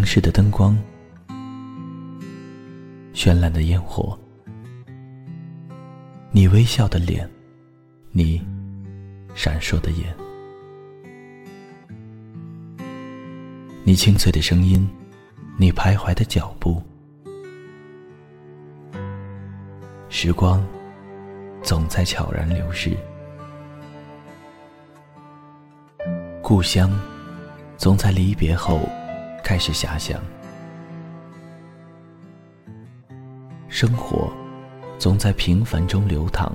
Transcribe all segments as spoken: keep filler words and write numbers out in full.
城市的灯光，绚烂的烟火，你微笑的脸，你闪烁的眼，你清脆的声音，你徘徊的脚步。时光总在悄然流逝，故乡总在离别后开始遐想，生活总在平凡中流淌，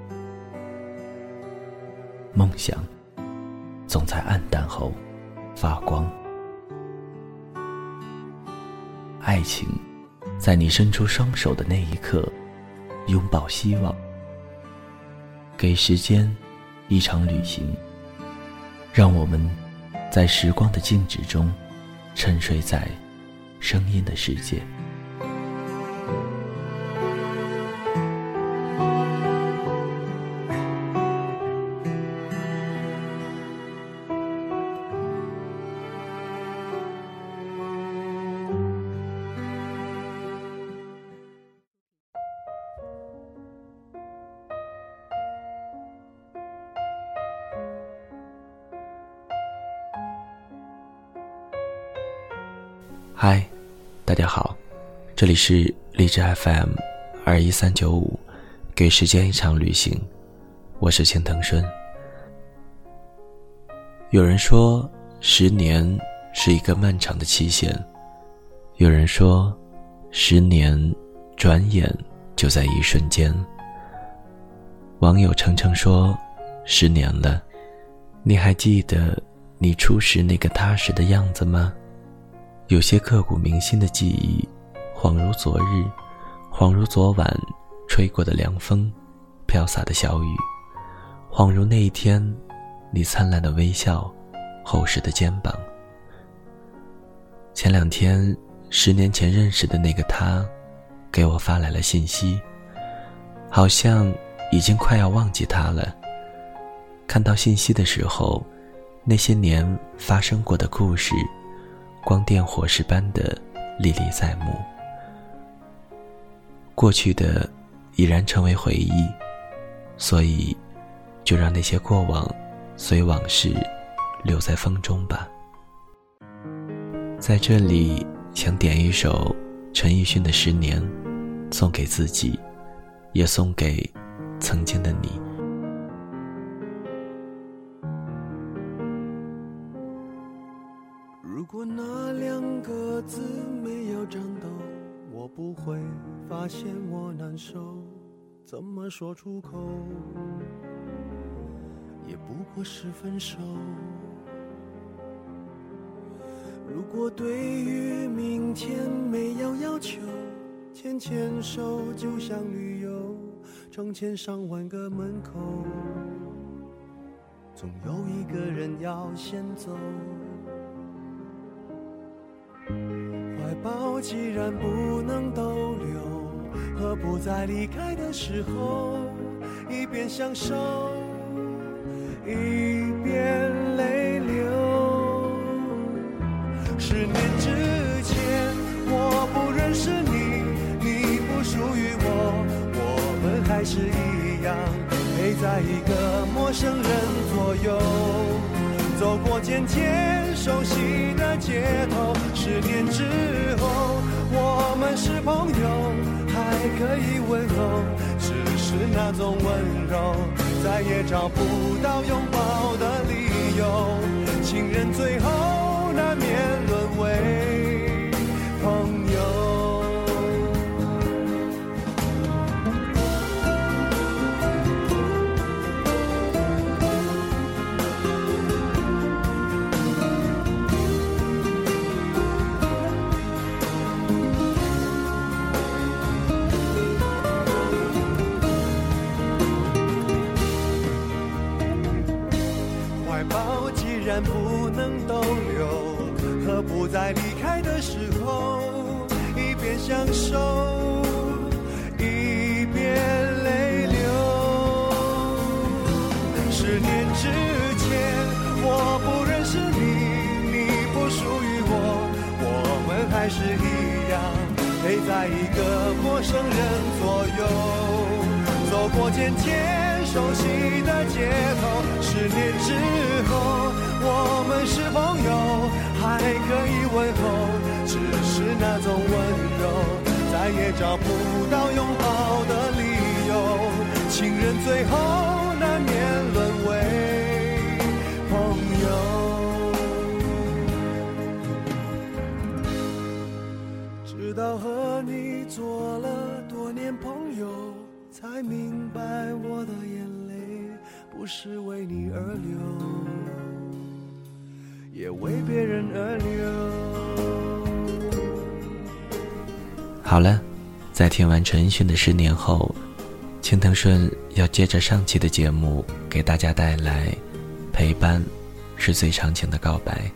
梦想总在暗淡后发光，爱情在你伸出双手的那一刻拥抱希望。给时间一场旅行，让我们在时光的静止中沉睡在声音的世界。嗨，大家好，这里是荔枝 F M 二一三九五，给时间一场旅行，我是青藤顺。有人说十年是一个漫长的期限，有人说十年转眼就在一瞬间。网友程程说，十年了，你还记得你初识那个踏实的样子吗？有些刻骨铭心的记忆，恍如昨日，恍如昨晚吹过的凉风，飘洒的小雨，恍如那一天你灿烂的微笑，厚实的肩膀。前两天，十年前认识的那个他给我发来了信息，好像已经快要忘记他了。看到信息的时候，那些年发生过的故事光电火石般的历历在目，过去的已然成为回忆，所以就让那些过往随往事留在风中吧。在这里想点一首陈奕迅的《十年》，送给自己，也送给曾经的你。 如果那两个字没有颤抖，我不会发现我难受，怎么说出口，也不过是分手。如果对于明天没有要求，牵牵手就像旅游，成千上万个门口，总有一个人要先走。怀抱既然不能逗留，何不在离开的时候一边享受一边泪流。十年之前我不认识你，你不属于我，我们还是一样陪在一个陌生人左右，走过渐渐熟悉的街头。十年之后我们是朋友，还可以问候，只是那种温柔再也找不到拥抱的理由，情人最后难免沦为朋友。不能逗留，何不在离开的时候一边享受一边泪流。十年之前我不认识你，你不属于我，我们还是一样陪在一个陌生人左右，走过渐渐熟悉的街头。十年之后我们是朋友，还可以问候，只是那种温柔再也找不到拥抱的理由。情人最后难免沦为朋友，直到和你做了多年朋友，才明白我的眼泪不是为你而流，也为别人而流。 好了，在听完陈奕迅的十年后，青藤顺要接着上期的节目给大家带来陪伴是最长情的告白。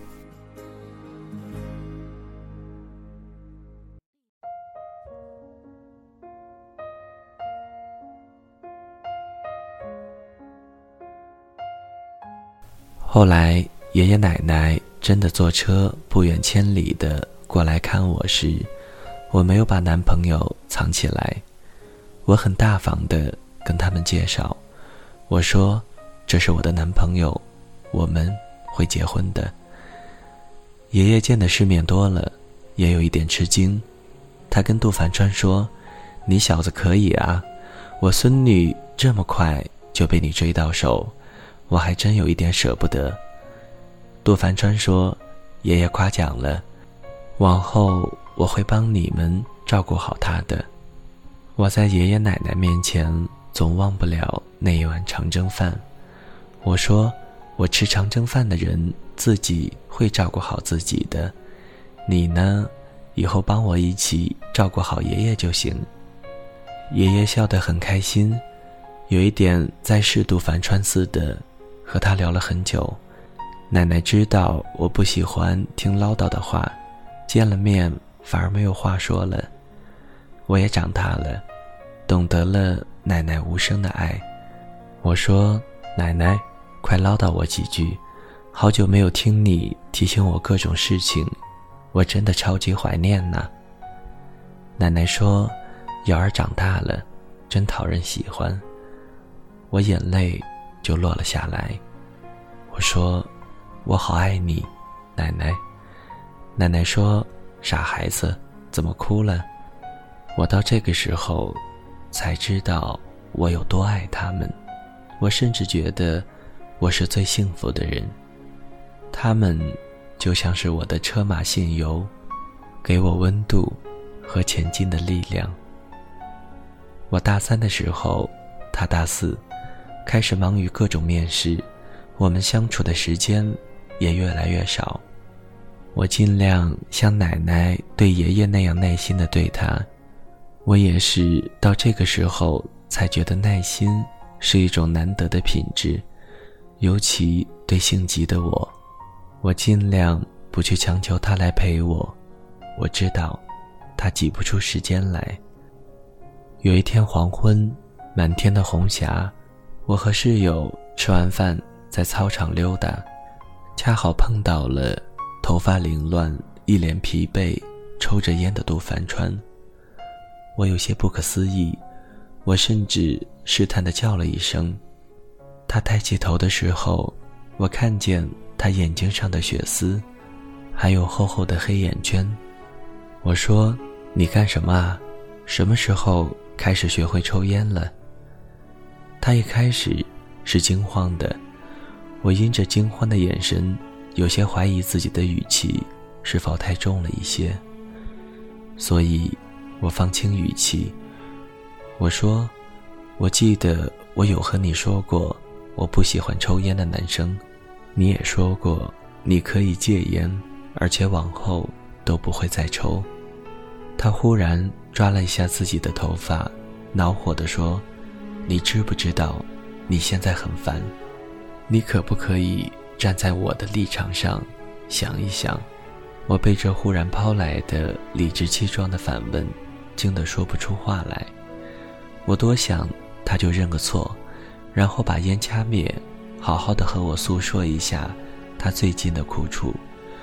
后来爷爷奶奶真的坐车不远千里的过来看我时，我没有把男朋友藏起来，我很大方的跟他们介绍，我说这是我的男朋友，我们会结婚的。爷爷见的世面多了，也有一点吃惊，他跟杜凡川说，你小子可以啊，我孙女这么快就被你追到手，我还真有一点舍不得。杜凡川说，爷爷夸奖了，往后我会帮你们照顾好他的。我在爷爷奶奶面前总忘不了那一碗长蒸饭，我说我吃长蒸饭的人自己会照顾好自己的，你呢，以后帮我一起照顾好爷爷就行。爷爷笑得很开心，有一点在世杜凡川似的和他聊了很久。奶奶知道我不喜欢听唠叨的话，见了面反而没有话说了。我也长大了，懂得了奶奶无声的爱。我说，奶奶，快唠叨我几句，好久没有听你提醒我各种事情，我真的超级怀念呢。奶奶说，瑶儿长大了，真讨人喜欢。我眼泪就落了下来。我说，我好爱你，奶奶。奶奶说，傻孩子，怎么哭了？我到这个时候才知道我有多爱他们，我甚至觉得我是最幸福的人。他们就像是我的车马信油，给我温度和前进的力量。我大三的时候，他大四，开始忙于各种面试，我们相处的时间也越来越少。我尽量像奶奶对爷爷那样耐心地对他，我也是到这个时候才觉得耐心是一种难得的品质，尤其对性急的我，我尽量不去强求他来陪我，我知道他挤不出时间来。有一天黄昏，满天的红霞，我和室友吃完饭在操场溜达，恰好碰到了头发凌乱、一脸疲惫、抽着烟的杜凡川。我有些不可思议，我甚至试探地叫了一声。他抬起头的时候，我看见他眼睛上的血丝，还有厚厚的黑眼圈。我说，你干什么啊？什么时候开始学会抽烟了？他一开始是惊慌的，我因着惊慌的眼神，有些怀疑自己的语气是否太重了一些，所以我放轻语气，我说，我记得我有和你说过我不喜欢抽烟的男生，你也说过你可以戒烟，而且往后都不会再抽。他忽然抓了一下自己的头发，恼火地说，你知不知道你现在很烦，你可不可以站在我的立场上想一想？我被这忽然抛来的理直气壮的反问惊得说不出话来。我多想他就认个错，然后把烟掐灭，好好的和我诉说一下他最近的苦楚。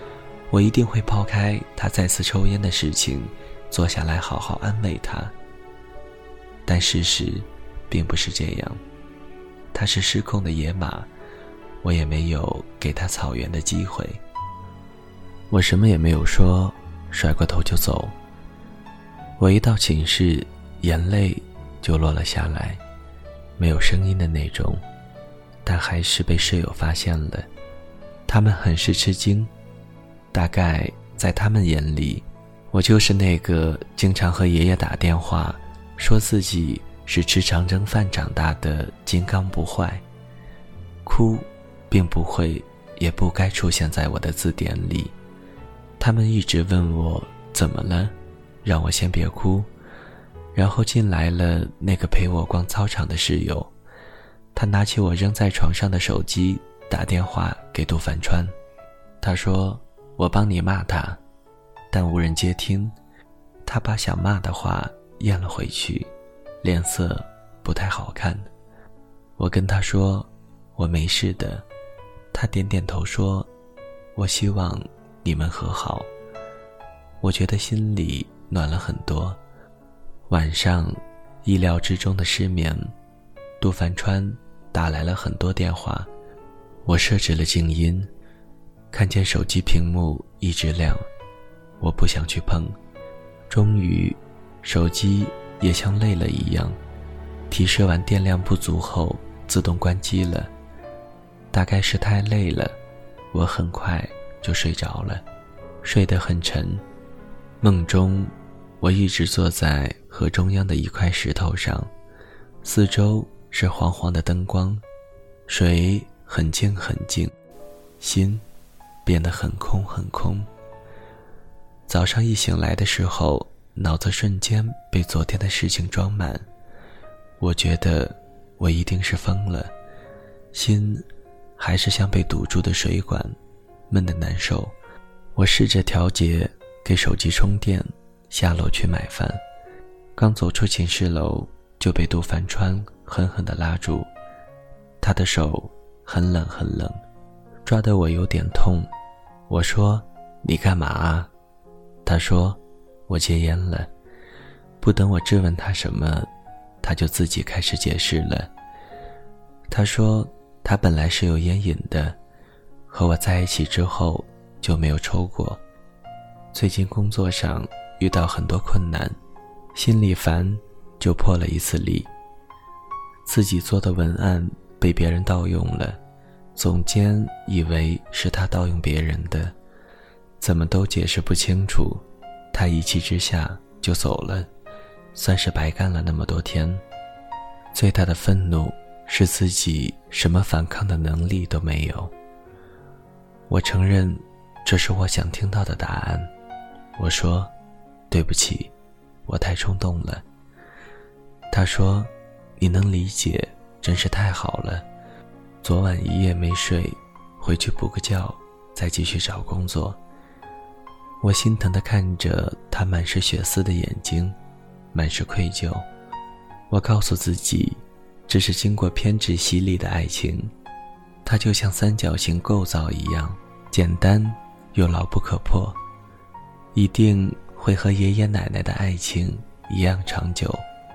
我一定会抛开他再次抽烟的事情，坐下来好好安慰他。但事实并不是这样，他是失控的野马，我也没有给他草原的机会。我什么也没有说，甩过头就走。我一到寝室，眼泪就落了下来，没有声音的那种，但还是被室友发现了。他们很是吃惊，大概在他们眼里，我就是那个经常和爷爷打电话说自己是吃长征饭长大的金刚不坏。哭并不会也不该出现在我的字典里。他们一直问我怎么了，让我先别哭。然后进来了那个陪我逛操场的室友，他拿起我扔在床上的手机，打电话给杜凡川。他说我帮你骂他，但无人接听。他把想骂的话咽了回去，脸色不太好看。我跟他说我没事的，他点点头说我希望你们和好。我觉得心里暖了很多。晚上意料之中的失眠，杜凡川打来了很多电话，我设置了静音，看见手机屏幕一直亮，我不想去碰。终于手机也像累了一样，提示完电量不足后自动关机了。大概是太累了，我很快就睡着了，睡得很沉。梦中我一直坐在河中央的一块石头上，四周是黄黄的灯光，水很静很静，心变得很空很空。早上一醒来的时候，脑子瞬间被昨天的事情装满，我觉得我一定是疯了，心还是像被堵住的水管，闷得难受。我试着调节，给手机充电，下楼去买饭。刚走出寝室楼，就被杜凡川狠狠地拉住，他的手很冷很冷，抓得我有点痛。我说你干嘛啊？他说我戒烟了。不等我质问他什么，他就自己开始解释了。他说他本来是有烟瘾的，和我在一起之后就没有抽过。最近工作上遇到很多困难，心里烦就破了一次例。自己做的文案被别人盗用了，总监以为是他盗用别人的，怎么都解释不清楚，他一气之下就走了，算是白干了那么多天。最大的愤怒是自己什么反抗的能力都没有。我承认这是我想听到的答案。我说对不起，我太冲动了。他说你能理解真是太好了，昨晚一夜没睡，回去补个觉，再继续找工作。我心疼地看着他满是血丝的眼睛，满是愧疚。我告诉自己，这是经过偏执洗礼的爱情，它就像三角形构造一样，简单又牢不可破，一定会和爷爷奶奶的爱情一样长久。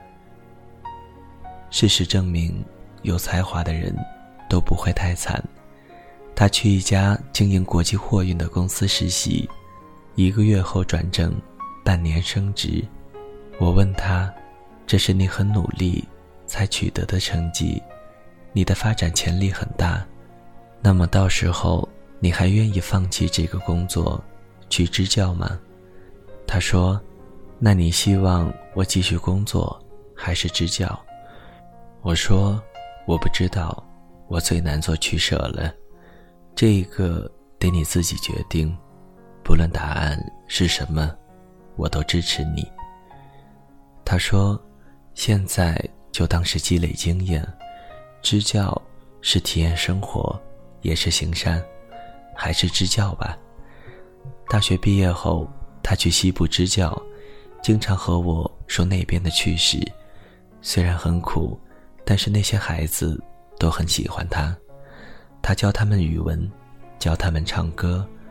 事实证明，有才华的人都不会太惨。他去一家经营国际货运的公司实习，一个月后转正，半年升职。我问他，这是你很努力才取得的成绩，你的发展潜力很大，那么到时候你还愿意放弃这个工作去支教吗？他说，那你希望我继续工作还是支教？我说，我不知道，我最难做取舍了，这个得你自己决定，不论答案是什么，我都支持你。他说，现在就当是积累经验，支教是体验生活，也是行善，还是支教吧。大学毕业后，他去西部支教，经常和我说那边的趣事，虽然很苦，但是那些孩子都很喜欢他。他教他们语文，教他们唱歌，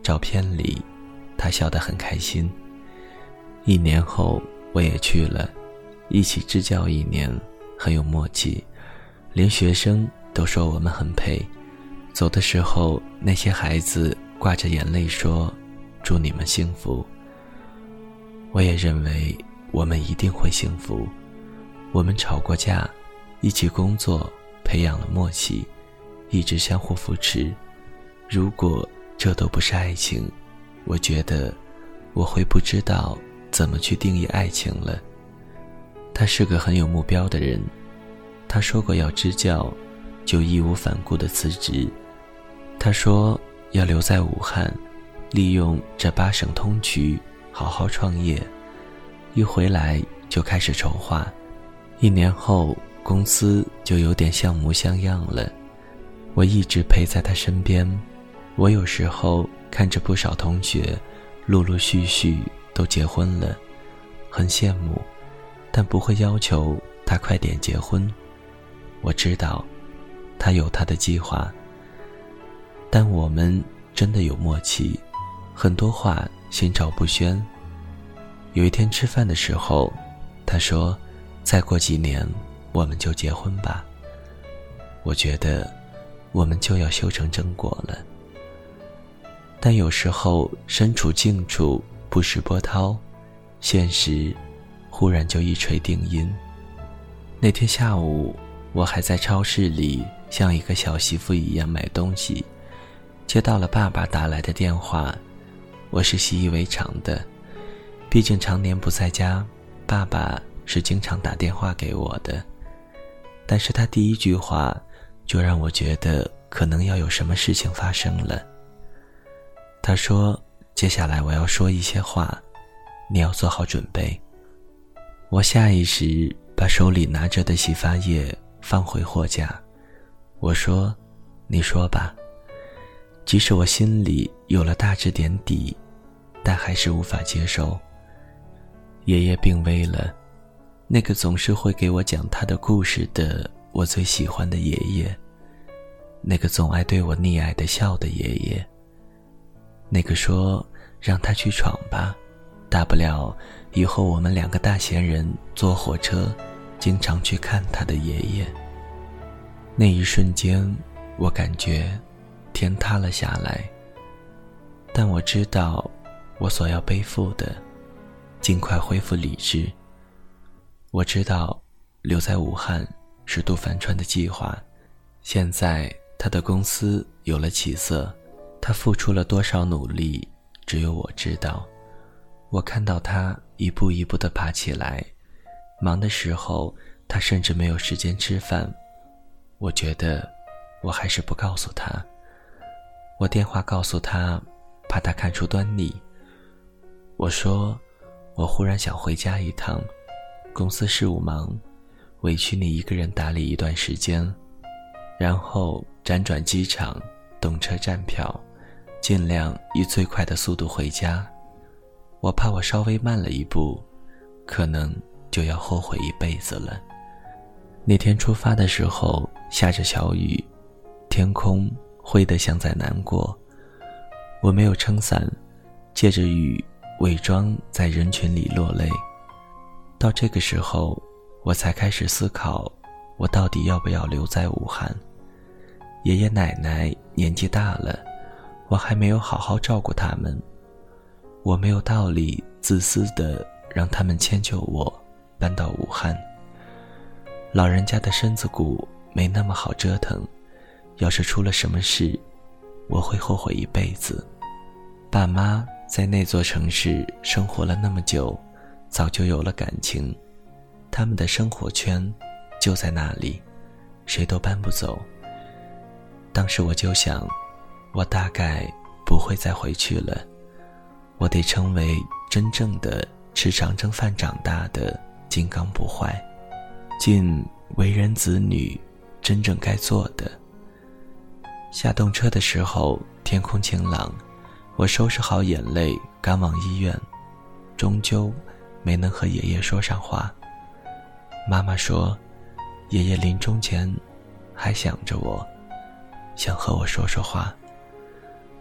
照片里他笑得很开心。一年后我也去了，一起支教一年，很有默契，连学生都说我们很配。走的时候，那些孩子挂着眼泪说祝你们幸福。我也认为我们一定会幸福。我们吵过架，一起工作，培养了默契，一直相互扶持。如果这都不是爱情，我觉得我会不知道怎么去定义爱情了。他是个很有目标的人，他说过要支教，就义无反顾地辞职。他说要留在武汉，利用这八省通衢好好创业。一回来就开始筹划，一年后公司就有点像模像样了。我一直陪在他身边，我有时候看着不少同学陆陆续续都结婚了，很羡慕，但不会要求他快点结婚。我知道他有他的计划，但我们真的有默契，很多话心照不宣。有一天吃饭的时候，他说再过几年我们就结婚吧。我觉得我们就要修成正果了。但有时候身处境处不识波涛，现实忽然就一锤定音。那天下午我还在超市里像一个小媳妇一样买东西，接到了爸爸打来的电话。我是习以为常的，毕竟常年不在家，爸爸是经常打电话给我的。但是他第一句话就让我觉得可能要有什么事情发生了。他说接下来我要说一些话，你要做好准备。我下意识把手里拿着的洗发液放回货架，我说你说吧。即使我心里有了大致点底，但还是无法接受。爷爷病危了，那个总是会给我讲他的故事的我最喜欢的爷爷，那个总爱对我溺爱的笑的爷爷，那个说让他去闯吧，大不了以后我们两个大闲人坐火车经常去看他的爷爷。那一瞬间我感觉天塌了下来，但我知道我所要背负的尽快恢复理智。我知道留在武汉是杜帆川的计划，现在他的公司有了起色，他付出了多少努力，只有我知道。我看到他一步一步地爬起来，忙的时候他甚至没有时间吃饭。我觉得我还是不告诉他，我电话告诉他，怕他看出端倪。我说我忽然想回家一趟，公司事务忙，委屈你一个人打理一段时间，然后辗转机场，动车站票，尽量以最快的速度回家。我怕我稍微慢了一步，可能就要后悔一辈子了。那天出发的时候下着小雨，天空灰得像在难过。我没有撑伞，借着雨伪装在人群里落泪。到这个时候我才开始思考，我到底要不要留在武汉。爷爷奶奶年纪大了，我还没有好好照顾他们，我没有道理自私地让他们迁就我搬到武汉。老人家的身子骨没那么好折腾，要是出了什么事，我会后悔一辈子。爸妈在那座城市生活了那么久，早就有了感情，他们的生活圈就在那里，谁都搬不走。当时我就想，我大概不会再回去了，我得成为真正的吃长征饭长大的金刚不坏，尽为人子女真正该做的。下动车的时候天空晴朗，我收拾好眼泪赶往医院，终究没能和爷爷说上话。妈妈说爷爷临终前还想着我，想和我说说话。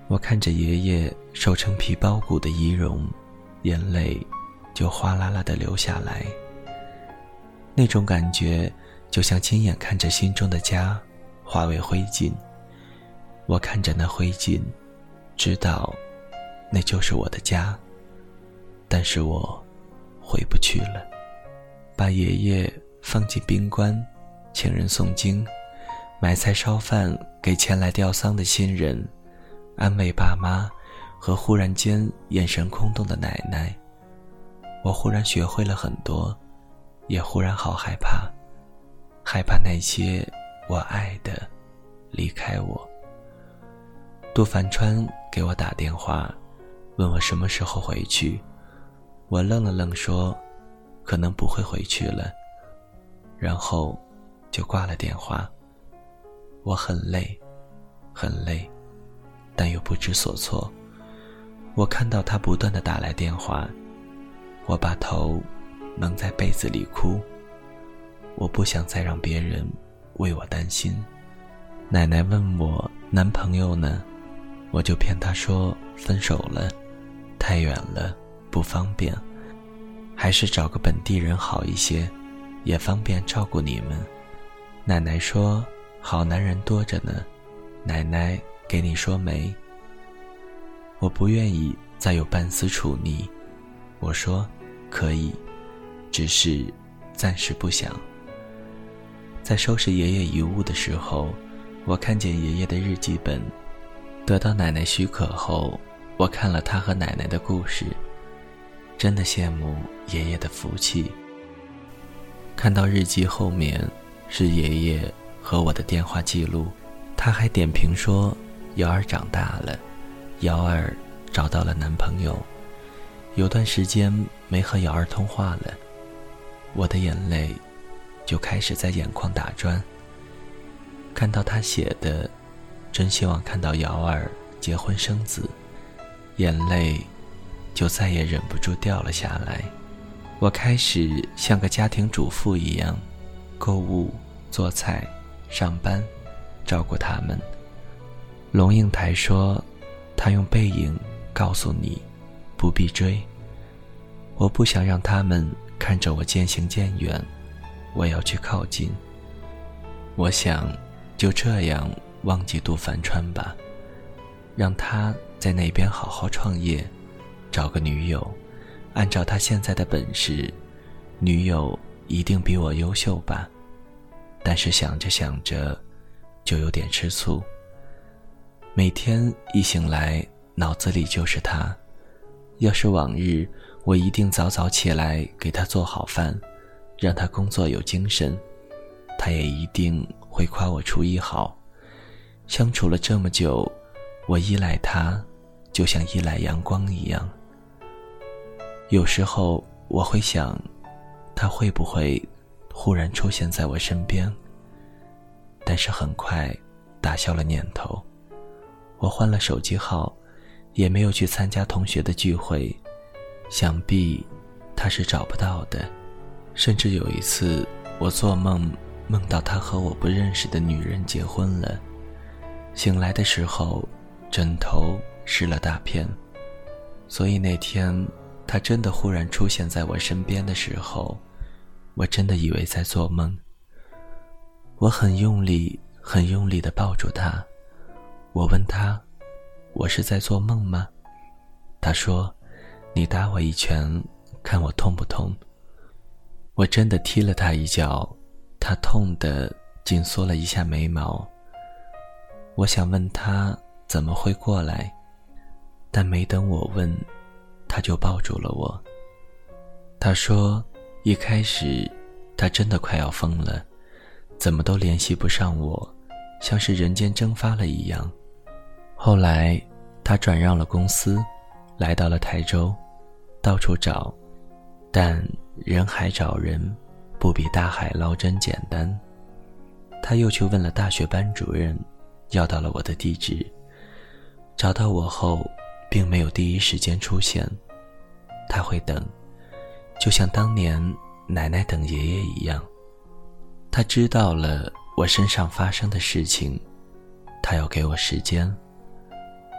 我看着爷爷瘦成皮包骨的仪容，眼泪就哗啦啦地流下来。那种感觉就像亲眼看着心中的家化为灰烬。我看着那灰烬，知道那就是我的家，但是我回不去了。把爷爷放进冰棺，请人诵经，买菜烧饭给前来吊丧的亲人，安慰爸妈和忽然间眼神空洞的奶奶。我忽然学会了很多，也忽然好害怕，害怕那些我爱的离开我。杜凡川给我打电话，问我什么时候回去。我愣了愣说，可能不会回去了，然后就挂了电话。我很累，很累，但又不知所措。我看到他不断地打来电话，我把头蒙在被子里哭。我不想再让别人为我担心。奶奶问我男朋友呢，我就骗她说分手了，太远了，不方便，还是找个本地人好一些，也方便照顾你们。奶奶说好男人多着呢，奶奶给你说媒。我不愿意再有半丝处逆，我说可以，只是暂时不想。在收拾爷爷遗物的时候，我看见爷爷的日记本。得到奶奶许可后，我看了他和奶奶的故事，真的羡慕爷爷的福气。看到日记后面是爷爷和我的电话记录，他还点评说瑶儿长大了，瑶儿找到了男朋友，有段时间没和瑶儿通话了。我的眼泪就开始在眼眶打转。看到他写的真希望看到瑶儿结婚生子，眼泪就再也忍不住掉了下来。我开始像个家庭主妇一样，购物、做菜、上班，照顾他们。龙应台说，他用背影告诉你，不必追。我不想让他们看着我渐行渐远，我要去靠近。我想就这样忘记杜凡川吧，让他在那边好好创业，找个女友，按照他现在的本事，女友一定比我优秀吧。但是想着想着就有点吃醋，每天一醒来脑子里就是他。要是往日，我一定早早起来给他做好饭，让他工作有精神，他也一定会夸我厨艺好。相处了这么久，我依赖他就像依赖阳光一样。有时候我会想，他会不会忽然出现在我身边，但是很快打消了念头。我换了手机号，也没有去参加同学的聚会，想必他是找不到的。甚至有一次我做梦，梦到他和我不认识的女人结婚了，醒来的时候枕头湿了大片。所以那天他真的忽然出现在我身边的时候，我真的以为在做梦。我很用力很用力地抱住他，我问他，我是在做梦吗？他说，你打我一拳，看我痛不痛？我真的踢了他一脚，他痛得紧缩了一下眉毛。我想问他怎么会过来，但没等我问，他就抱住了我。他说，一开始他真的快要疯了，怎么都联系不上我，像是人间蒸发了一样。后来他转让了公司，来到了台州，到处找，但人海找人不比大海捞针简单。他又去问了大学班主任，要到了我的地址。找到我后并没有第一时间出现，他会等，就像当年奶奶等爷爷一样。他知道了我身上发生的事情，他要给我时间。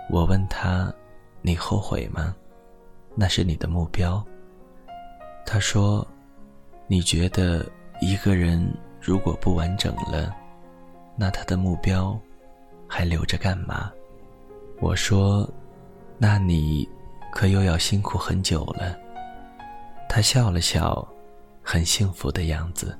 我问他，你后悔吗？那是你的目标。他说，你觉得一个人如果不完整了，那他的目标还留着干嘛？我说，那你可又要辛苦很久了。他笑了笑，很幸福的样子。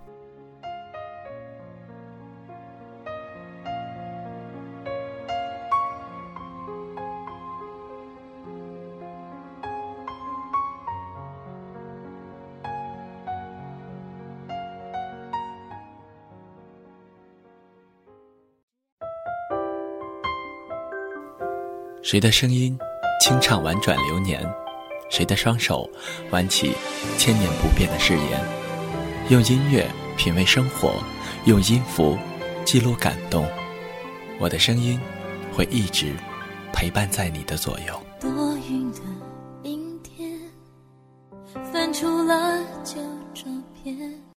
谁的声音清唱婉转流年，谁的双手挽起千年不变的誓言。用音乐品味生活，用音符记录感动。我的声音会一直陪伴在你的左右。 多云的阴天，翻出了旧照片。